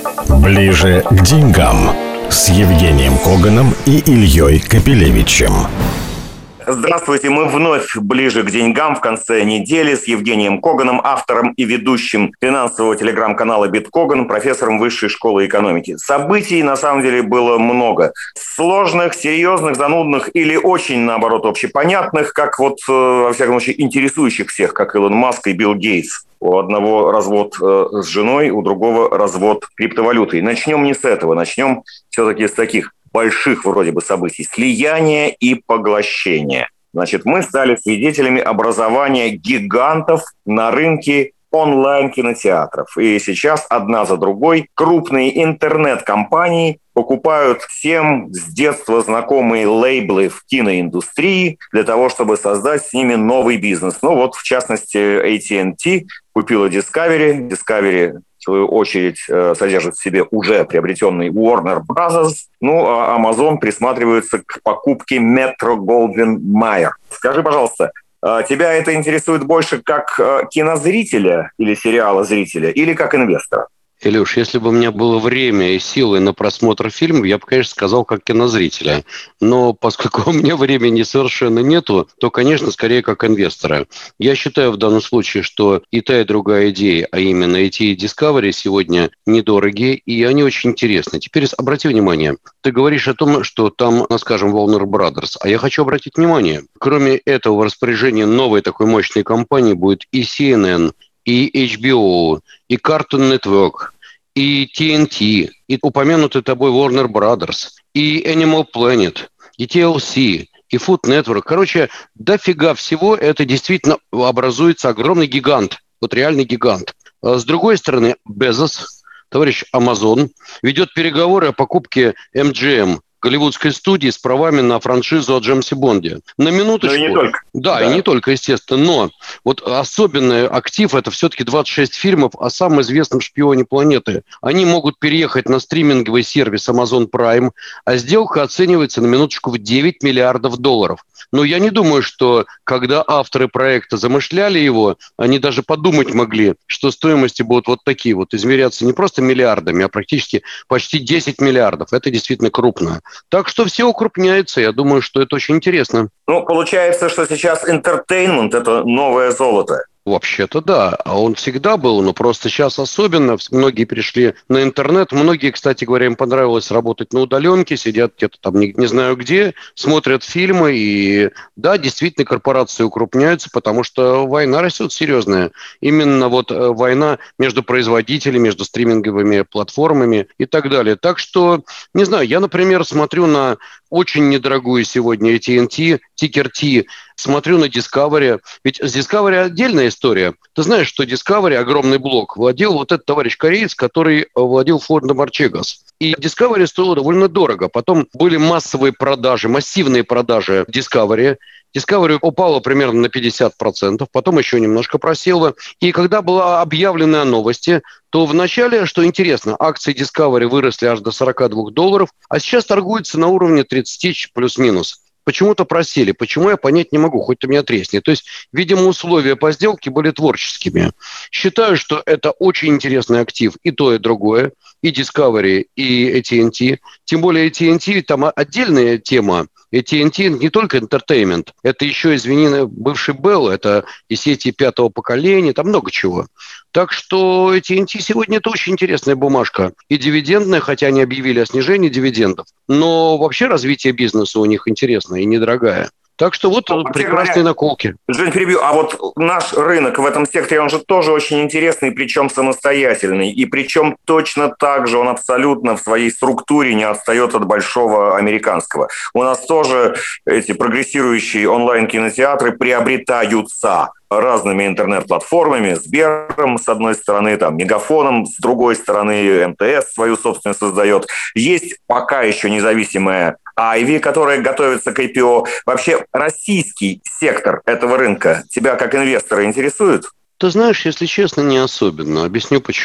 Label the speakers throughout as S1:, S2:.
S1: Ближе к деньгам с Евгением Коганом и Ильей Капелевичем.
S2: Здравствуйте, мы вновь ближе к деньгам в конце недели с Евгением Коганом, автором и ведущим финансового телеграм-канала «Биткоган», профессором Высшей школы экономики. Событий на самом деле было много. Сложных, серьезных, занудных или очень, наоборот, общепонятных, как вот, во всяком случае, интересующих всех, как Илон Маск и Билл Гейтс. У одного развод с женой, у другого развод криптовалютой. Начнем не с этого, начнем все-таки с таких больших вроде бы событий. Слияние и поглощение. Значит, мы стали свидетелями образования гигантов на рынке онлайн-кинотеатров. И сейчас одна за другой крупные интернет-компании покупают всем с детства знакомые лейблы в киноиндустрии для того, чтобы создать с ними новый бизнес. Ну вот, в частности, AT&T купила Discovery. Discovery, в свою очередь, содержит в себе уже приобретенный Warner Bros. Ну, а Amazon присматривается к покупке Metro-Goldwyn-Mayer. Скажи, пожалуйста, тебя это интересует больше как кинозрителя или сериала зрителя, или как инвестора?
S3: Илюш, если бы у меня было время и силы на просмотр фильмов, я бы, конечно, сказал, как кинозрителя. Но поскольку у меня времени совершенно нету, то, конечно, скорее как инвестора. Я считаю в данном случае, что и та, и другая идея, а именно AT и Discovery сегодня недорогие, и они очень интересны. Теперь обрати внимание, ты говоришь о том, что там, скажем, Warner Brothers, а я хочу обратить внимание, кроме этого в распоряжении новой такой мощной компании будет и CNN, и HBO, и Cartoon Network, и TNT, и упомянутый тобой Warner Brothers, и Animal Planet, и TLC, и Food Network. Короче, дофига всего, это действительно образуется огромный гигант, вот реальный гигант. А с другой стороны, Безос, товарищ Amazon, ведет переговоры о покупке MGM, голливудской студии с правами на франшизу о Джеймсе Бонде. На минуточку.
S2: Но и не только.
S3: Да, и не только, естественно. Но вот особенный актив – это все-таки 26 фильмов о самом известном шпионе планеты. Они могут переехать на стриминговый сервис Amazon Prime, а сделка оценивается на минуточку в 9 миллиардов долларов. Но я не думаю, что когда авторы проекта замышляли его, они даже подумать могли, что стоимости будут вот такие вот, измеряться не просто миллиардами, а практически почти 10 миллиардов. Это действительно крупно. Так что все укрупняется. Я думаю, что это очень интересно.
S2: Ну, получается, что сейчас entertainment – это новое золото.
S3: Вообще-то да, а он всегда был, но просто сейчас особенно. Многие перешли на интернет. Многие, кстати говоря, им понравилось работать на удаленке, сидят где-то там не знаю где, смотрят фильмы. И да, действительно, корпорации укрупняются, потому что война растет серьезная. Именно вот война между производителями, между стриминговыми платформами и так далее. Так что, не знаю, я, например, смотрю на очень недорогую сегодня AT&T, тикер T, смотрю на Discovery. Ведь с Discovery отдельная история. Ты знаешь, что Discovery, огромный блок, владел вот этот товарищ кореец, который владел Фордом Арчегас. И Discovery стоило довольно дорого. Потом были массовые продажи, массивные продажи Discovery. Discovery упала примерно на 50%, потом еще немножко просела. И когда была объявлена новости, то вначале, что интересно, акции Discovery выросли аж до $42, а сейчас торгуются на уровне 30 плюс-минус. Почему-то просели. Почему, я понять не могу, хоть ты меня тресни. То есть, видимо, условия по сделке были творческими. Считаю, что это очень интересный актив, и то, и другое, и Discovery, и AT&T. Тем более AT&T, там отдельная тема. AT&T не только entertainment, это еще, извини, бывший Bell, это и сети пятого поколения, там много чего. Так что AT&T сегодня это очень интересная бумажка. И дивидендная, хотя они объявили о снижении дивидендов. Но вообще развитие бизнеса у них интересное и недорогое. Так что вот прекрасные наколки.
S2: Жень, перебью. А вот наш рынок в этом секторе, он же тоже очень интересный, причем самостоятельный. И причем точно так же он абсолютно в своей структуре не отстает от большого американского. У нас тоже эти прогрессирующие онлайн-кинотеатры приобретаются разными интернет-платформами, Сбером, с одной стороны, там, Мегафоном, с другой стороны, МТС свою собственность создает. Есть пока еще независимая Айви, которая готовится к IPO. Вообще, российский сектор этого рынка тебя как инвестора интересует?
S3: Ты знаешь, если честно, не особенно. Объясню почему.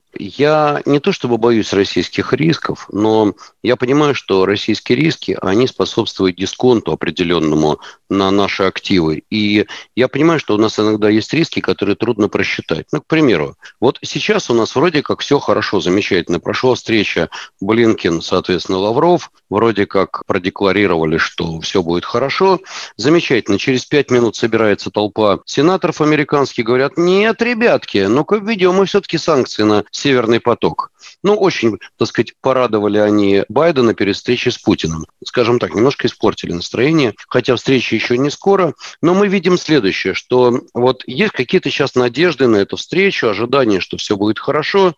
S3: Я не то чтобы боюсь российских рисков, но я понимаю, что российские риски, они способствуют дисконту определенному на наши активы. И я понимаю, что у нас иногда есть риски, которые трудно просчитать. Ну, к примеру, вот сейчас у нас вроде как все хорошо, замечательно. Прошла встреча Блинкен, соответственно, Лавров. Вроде как продекларировали, что все будет хорошо. Замечательно. Через 5 минут собирается толпа сенаторов американских, говорят: нет, ребятки, ну-ка введем мы все-таки санкции на Северный поток. Ну, очень, так сказать, порадовали они Байдена перед встречей с Путиным. Скажем так, немножко испортили настроение, хотя встреча еще не скоро. Но мы видим следующее, что вот есть какие-то сейчас надежды на эту встречу, ожидания, что все будет хорошо.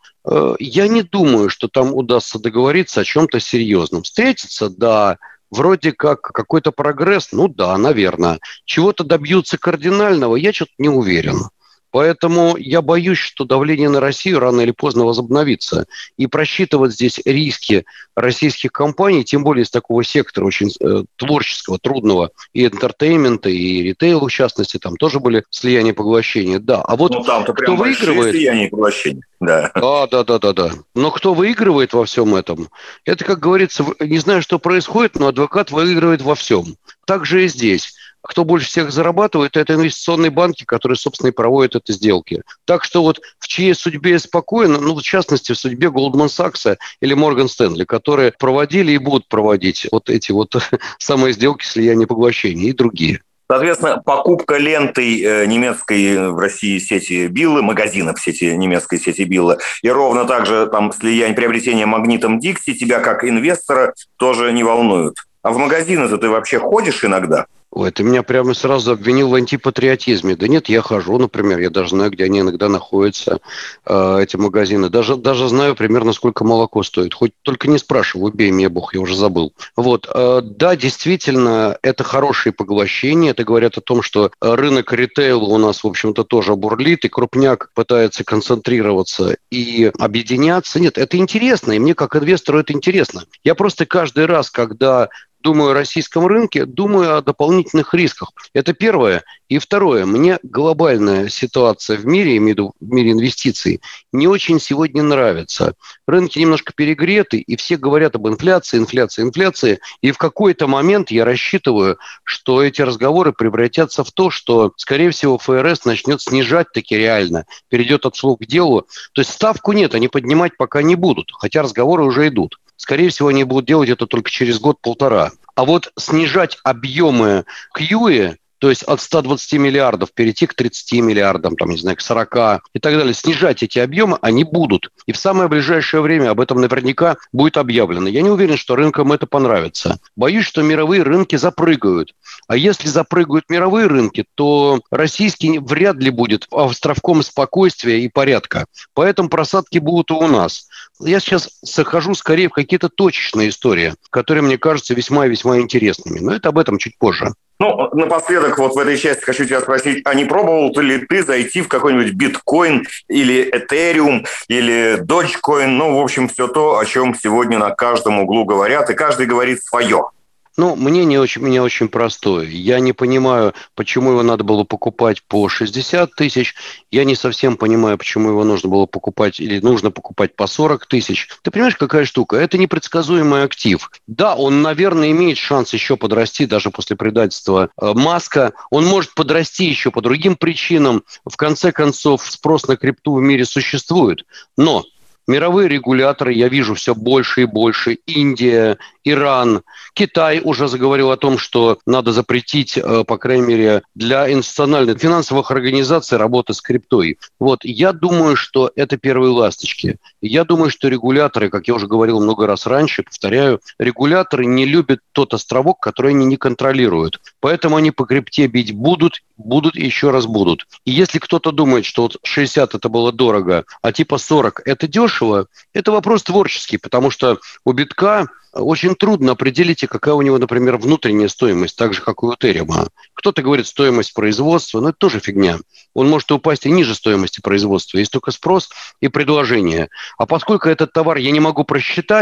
S3: Я не думаю, что там удастся договориться о чем-то серьезном. Встретиться, да, вроде как какой-то прогресс, ну да, наверное. Чего-то добьются кардинального, я что-то не уверен. Поэтому я боюсь, что давление на Россию рано или поздно возобновится. И просчитывать здесь риски российских компаний, тем более из такого сектора очень творческого, трудного, и энтертеймента, и ритейла, в частности, там тоже были слияния и поглощения. Да. А вот
S2: Ну, там-то
S3: кто
S2: прям большие
S3: выигрывает...
S2: слияния и поглощения. Да.
S3: Да. Но кто выигрывает во всем этом, это, как говорится, не знаю, что происходит, но адвокат выигрывает во всем. Так же и здесь. Кто больше всех зарабатывает, это инвестиционные банки, которые, собственно, и проводят эти сделки. Так что вот в чьей судьбе спокойно, ну, в частности, в судьбе Goldman Sachs или Morgan Stanley, которые проводили и будут проводить вот эти вот самые сделки слияния и поглощения и другие.
S2: Соответственно, покупка лентой немецкой в России сети Билла, магазинов сети немецкой сети Билла, и ровно также там слияние, приобретение магнитом Dixie тебя как инвестора тоже не волнуют. А в магазины-то ты вообще ходишь иногда?
S3: Ой, ты меня прямо сразу обвинил в антипатриотизме. Да нет, я хожу, например, я даже знаю, где они иногда находятся, эти магазины. Даже знаю примерно, сколько молоко стоит. Хоть только не спрашивай, убей меня, Бог, я уже забыл. Вот, да, действительно, это хорошие поглощения. Это говорят о том, что рынок ритейла у нас, в общем-то, тоже бурлит, и крупняк пытается концентрироваться и объединяться. Нет, это интересно, и мне как инвестору это интересно. Я просто каждый раз, когда думаю о российском рынке, думаю о дополнительных рисках. Это первое. И второе. Мне глобальная ситуация в мире, имею в виду в мире инвестиций, не очень сегодня нравится. Рынки немножко перегреты, и все говорят об инфляции. И в какой-то момент я рассчитываю, что эти разговоры превратятся в то, что, скорее всего, ФРС начнет снижать таки реально, перейдет от слов к делу. То есть ставку нет, они поднимать пока не будут, хотя разговоры уже идут. Скорее всего, они будут делать это только через год-полтора. А вот снижать объемы QE, то есть от 120 миллиардов перейти к 30 миллиардам, там, не знаю, к 40 и так далее, снижать эти объемы они будут. И в самое ближайшее время об этом наверняка будет объявлено. Я не уверен, что рынкам это понравится. Боюсь, что мировые рынки запрыгают. А если запрыгают мировые рынки, то российский вряд ли будет островком спокойствия и порядка. Поэтому просадки будут и у нас. Я сейчас захожу скорее в какие-то точечные истории, которые мне кажутся весьма и весьма интересными. Но это об этом чуть позже.
S2: Ну, напоследок, вот в этой части хочу тебя спросить, а не пробовал ли ты зайти в какой-нибудь биткоин или этериум или доджкоин, ну, в общем, все то, о чем сегодня на каждом углу говорят, и каждый говорит свое?
S3: Ну, мнение меня очень простое. Я не понимаю, почему его надо было покупать по 60 тысяч. Я не совсем понимаю, почему его нужно было покупать или нужно покупать по 40 тысяч. Ты понимаешь, какая штука? Это непредсказуемый актив. Да, он, наверное, имеет шанс еще подрасти даже после предательства Маска. Он может подрасти еще по другим причинам. В конце концов, спрос на крипту в мире существует. Но мировые регуляторы, я вижу все больше и больше. Индия, Иран, Китай уже заговорил о том, что надо запретить, по крайней мере, для институциональных финансовых организаций работы с криптой. Вот, я думаю, что это первые ласточки. Я думаю, что регуляторы, как я уже говорил много раз раньше, повторяю, регуляторы не любят тот островок, который они не контролируют. Поэтому они по крипте бить будут и еще раз будут. И если кто-то думает, что вот 60 это было дорого, а типа 40 это дешево, это вопрос творческий, потому что у битка очень трудно определить, какая у него, например, внутренняя стоимость, так же, как и у Этериума. Кто-то говорит стоимость производства, но это тоже фигня. Он может упасть и ниже стоимости производства. Есть только спрос и предложение. А поскольку этот товар я не могу просчитать,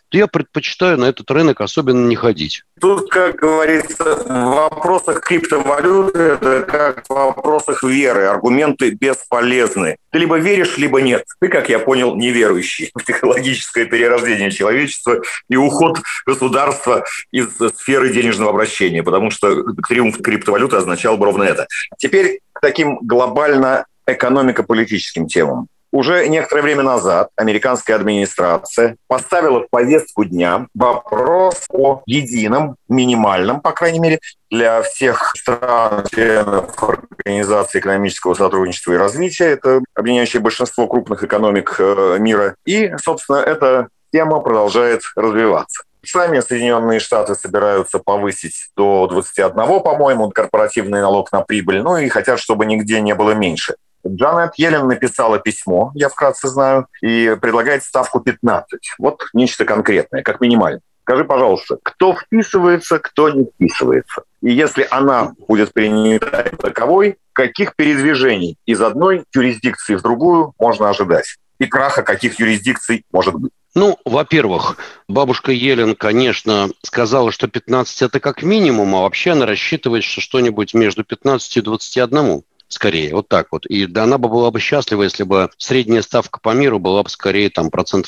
S3: то я предпочитаю на этот рынок особенно не ходить.
S2: Тут, как говорится, в вопросах криптовалюты, это как в вопросах веры. Аргументы бесполезны. Ты либо веришь, либо нет. Ты, как я понял, неверующий в технологическое перерождение человечества и уход государства из сферы денежного обращения, потому что триумф криптовалюты означал бы ровно это. Теперь к таким глобально экономико-политическим темам. Уже некоторое время назад американская администрация поставила в повестку дня вопрос о едином, минимальном, по крайней мере, для всех стран-членов Организации экономического сотрудничества и развития, это объединяющее большинство крупных экономик мира. И, собственно, эта тема продолжает развиваться. Сами Соединенные Штаты собираются повысить до 21, по-моему, корпоративный налог на прибыль, ну и хотят, чтобы нигде не было меньше. Джанет Йеллен написала письмо, я вкратце знаю, и предлагает ставку 15. Вот нечто конкретное, как минимально. Скажи, пожалуйста, кто вписывается, кто не вписывается? И если она будет принята таковой, каких передвижений из одной юрисдикции в другую можно ожидать? И краха каких юрисдикций может быть?
S3: Ну, во-первых, бабушка Йеллен, конечно, сказала, что 15 – это как минимум, а вообще она рассчитывает, что что-нибудь между 15 и 21. Скорее, вот так вот. И да, она бы была бы счастлива, если бы средняя ставка по миру была бы скорее там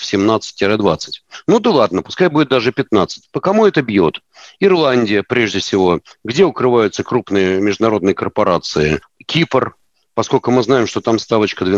S3: 17-20%. Ну да ладно, пускай будет даже 15. По кому это бьет? Ирландия, прежде всего, где укрываются крупные международные корпорации. Кипр, поскольку мы знаем, что там ставочка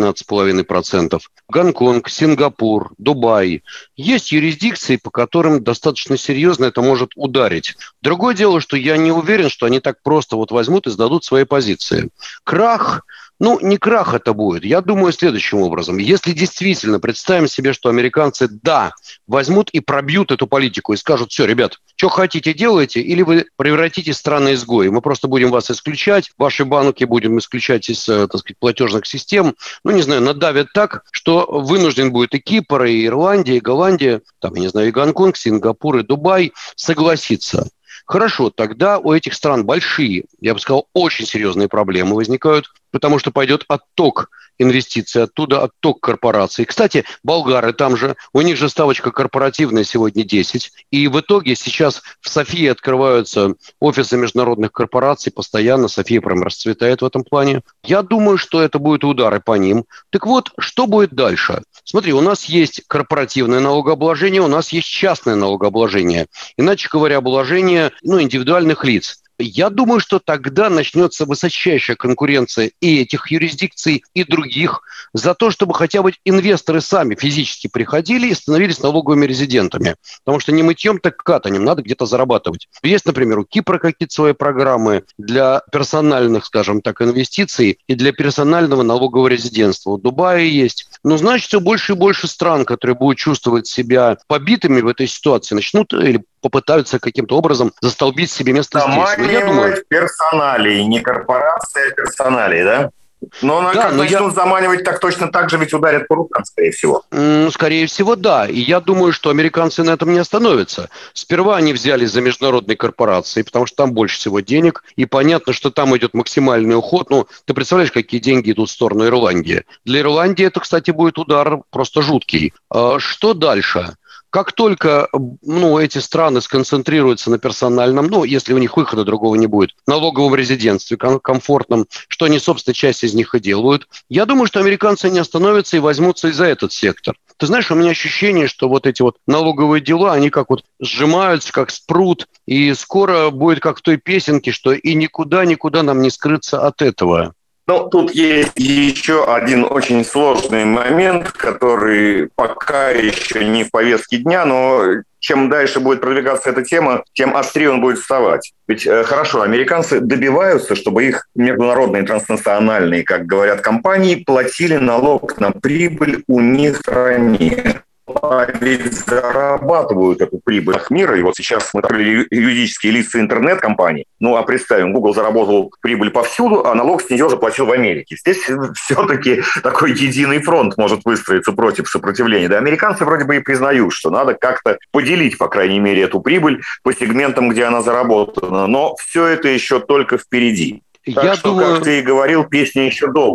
S3: 12,5%. Гонконг, Сингапур, Дубай. Есть юрисдикции, по которым достаточно серьезно это может ударить. Другое дело, что я не уверен, что они так просто вот возьмут и сдадут свои позиции. Крах. Ну, не крах это будет. Я думаю следующим образом. Если действительно представим себе, что американцы, да, возьмут и пробьют эту политику и скажут: все, ребят, что хотите делайте, или вы превратитесь в страны-изгои. Мы просто будем вас исключать, ваши банки будем исключать из, так сказать, платежных систем. Ну, не знаю, надавят так, что вынужден будет и Кипр, и Ирландия, и Голландия, там, я не знаю, и Гонконг, Сингапур, и Дубай согласиться. Хорошо, тогда у этих стран большие, я бы сказал, очень серьезные проблемы возникают, потому что пойдет отток инвестиций оттуда, отток корпораций. Кстати, болгары там же, у них же ставочка корпоративная сегодня 10. И в итоге сейчас в Софии открываются офисы международных корпораций постоянно. София прям расцветает в этом плане. Я думаю, что это будут удары по ним. Так вот, что будет дальше? Смотри, у нас есть корпоративное налогообложение, у нас есть частное налогообложение. Иначе говоря, обложение индивидуальных лиц. Я думаю, что тогда начнется высочайшая конкуренция и этих юрисдикций, и других за то, чтобы хотя бы инвесторы сами физически приходили и становились налоговыми резидентами. Потому что не мытьем, так катанем, надо где-то зарабатывать. Есть, например, у Кипра какие-то свои программы для персональных, скажем так, инвестиций и для персонального налогового резидентства. У Дубая есть. Но значит, все больше и больше стран, которые будут чувствовать себя побитыми в этой ситуации, начнут или попытаются каким-то образом застолбить себе место здесь.
S2: Я думаю, персоналии, не корпорации, а персоналии, да? Но
S3: да,
S2: начнут заманивать, так точно так же ведь ударят по рукам, скорее всего.
S3: Скорее всего, да. И я думаю, что американцы на этом не остановятся. Сперва они взялись за международные корпорации, потому что там больше всего денег. И понятно, что там идет максимальный уход. Ну, ты представляешь, какие деньги идут в сторону Ирландии. Для Ирландии это, кстати, будет удар просто жуткий. Что дальше? Как только эти страны сконцентрируются на персональном, если у них выхода другого не будет, налоговом резидентстве комфортном, что они, собственно, часть из них и делают, я думаю, что американцы не остановятся и возьмутся и за этот сектор. Ты знаешь, у меня ощущение, что вот эти вот налоговые дела, они как вот сжимаются, как спрут, и скоро будет как в той песенке, что и никуда нам не скрыться от этого.
S2: Тут есть еще один очень сложный момент, который пока еще не в повестке дня, но чем дальше будет продвигаться эта тема, тем острее он будет вставать. Ведь хорошо, американцы добиваются, чтобы их международные транснациональные, как говорят, компании платили налог на прибыль у них в стране. А ведь зарабатывают эту прибыль мира. И вот сейчас мы открыли юридические лица интернет-компаний. А представим, Google заработал прибыль повсюду, а налог с нее заплатил в Америке. Здесь все-таки такой единый фронт может выстроиться против сопротивления. Да, американцы вроде бы и признают, что надо как-то поделить, по крайней мере, эту прибыль по сегментам, где она заработана. Но все это еще только впереди. Так что, как ты и говорил, песня еще долгая.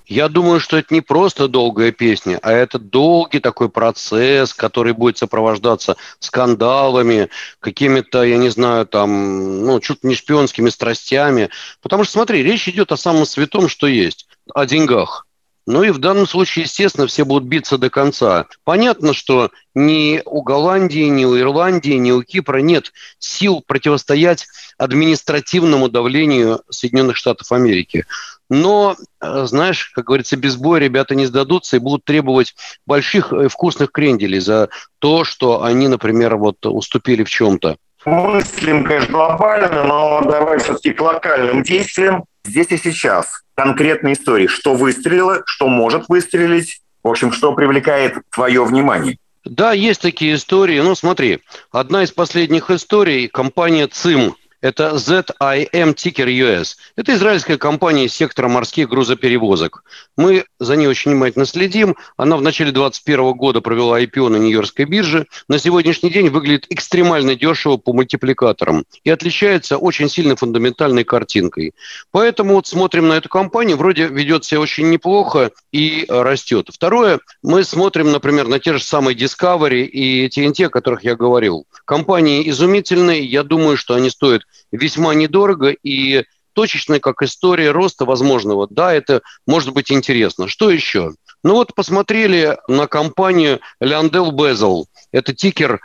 S3: Я думаю, что это не просто долгая песня, а это долгий такой процесс, который будет сопровождаться скандалами, какими-то, я не знаю, там, чуть ли не шпионскими страстями. Потому что, смотри, речь идет о самом святом, что есть, о деньгах. Ну и в данном случае, естественно, все будут биться до конца. Понятно, что ни у Голландии, ни у Ирландии, ни у Кипра нет сил противостоять административному давлению Соединенных Штатов Америки. Но, знаешь, как говорится, без боя ребята не сдадутся и будут требовать больших вкусных кренделей за то, что они, например, уступили в чем-то.
S2: Мыслим, конечно, глобально, но давай все-таки к локальным действиям. Здесь и сейчас конкретные истории. Что выстрелило, что может выстрелить, в общем, что привлекает твое внимание.
S3: Да, есть такие истории. Смотри, одна из последних историй – компания ЦИМ. Это ZIM Ticker US. Это израильская компания из сектора морских грузоперевозок. Мы за ней очень внимательно следим. Она в начале 2021 года провела IPO на Нью-Йоркской бирже. На сегодняшний день выглядит экстремально дешево по мультипликаторам и отличается очень сильно фундаментальной картинкой. Поэтому смотрим на эту компанию. Вроде ведет себя очень неплохо и растет. Второе, мы смотрим, например, на те же самые Discovery и TNT, о которых я говорил. Компании изумительные. Я думаю, что они стоят весьма недорого и точечно, как история роста возможного. Да, это может быть интересно. Что еще? Посмотрели на компанию LyondellBasell. Это тикер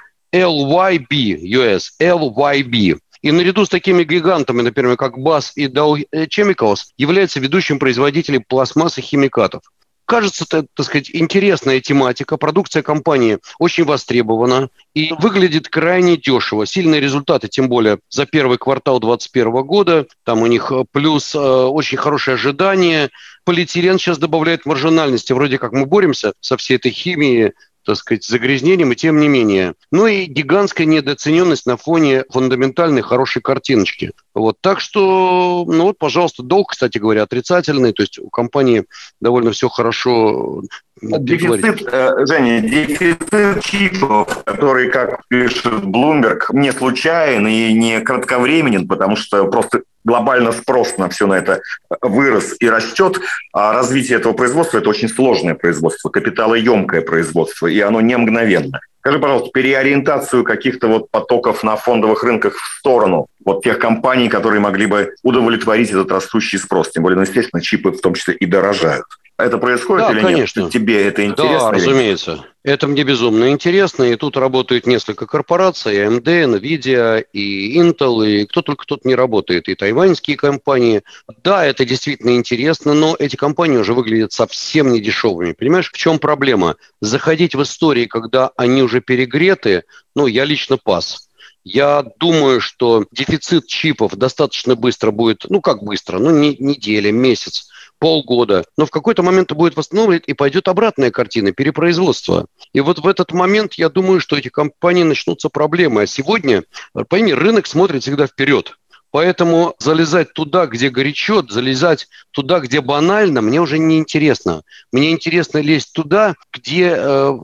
S3: LYB US, LYB. И наряду с такими гигантами, например, как BASF и Dow Chemicals, является ведущим производителем пластмасс и химикатов. Кажется, так сказать, интересная тематика. Продукция компании очень востребована и выглядит крайне дешево. Сильные результаты, тем более за первый квартал 2021 года. Там у них плюс очень хорошие ожидания. Полиэтилен сейчас добавляет маржинальности. Вроде как мы боремся со всей этой химией, так сказать, загрязнением, и тем не менее. И гигантская недооцененность на фоне фундаментальной хорошей картиночки. Так что, пожалуйста, долг, кстати говоря, отрицательный, то есть у компании довольно все хорошо.
S2: Дефицит, Женя, дефицит чипов, который, как пишет Bloomberg, не случайен и не кратковременен, потому что просто глобально спрос на все на это вырос и растет. А развитие этого производства – это очень сложное производство, капиталоемкое производство, и оно не мгновенно. Скажи, пожалуйста, переориентацию каких-то потоков на фондовых рынках в сторону тех компаний, которые могли бы удовлетворить этот растущий спрос. Тем более, естественно, чипы в том числе и дорожают. Это происходит или
S3: конечно.
S2: Нет? Тебе это интересно?
S3: Да, разумеется. Это мне безумно интересно. И тут работают несколько корпораций, AMD, NVIDIA, и Intel, и кто только тут не работает, и тайваньские компании. Да, это действительно интересно, но эти компании уже выглядят совсем не дешевыми. Понимаешь, в чем проблема? Заходить в истории, когда они уже перегреты, я лично пас. Я думаю, что дефицит чипов достаточно быстро будет, как быстро, неделя, месяц, полгода, но в какой-то момент будет восстановлен и пойдет обратная картина, перепроизводство. И в этот момент я думаю, что эти компании начнутся проблемы. А сегодня, пойми, рынок смотрит всегда вперед. Поэтому залезать туда, где горячо, залезать туда, где банально, мне уже не интересно. Мне интересно лезть туда, где,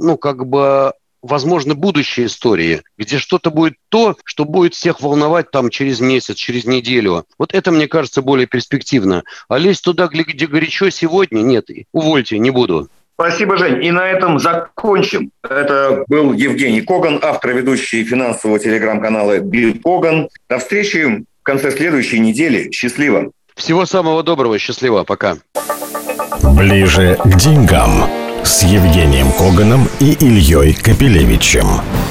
S3: возможно, будущие истории, где что-то будет то, что будет всех волновать там через месяц, через неделю. Это, мне кажется, более перспективно. А лезть туда, где горячо сегодня, нет, увольте, не буду.
S2: Спасибо, Жень. И на этом закончим. Это был Евгений Коган, автор и ведущий финансового телеграм-канала Биткоган. До встречи в конце следующей недели. Счастливо.
S3: Всего самого доброго. Счастливо. Пока.
S1: Ближе к деньгам с Евгением Коганом и Ильей Капелевичем.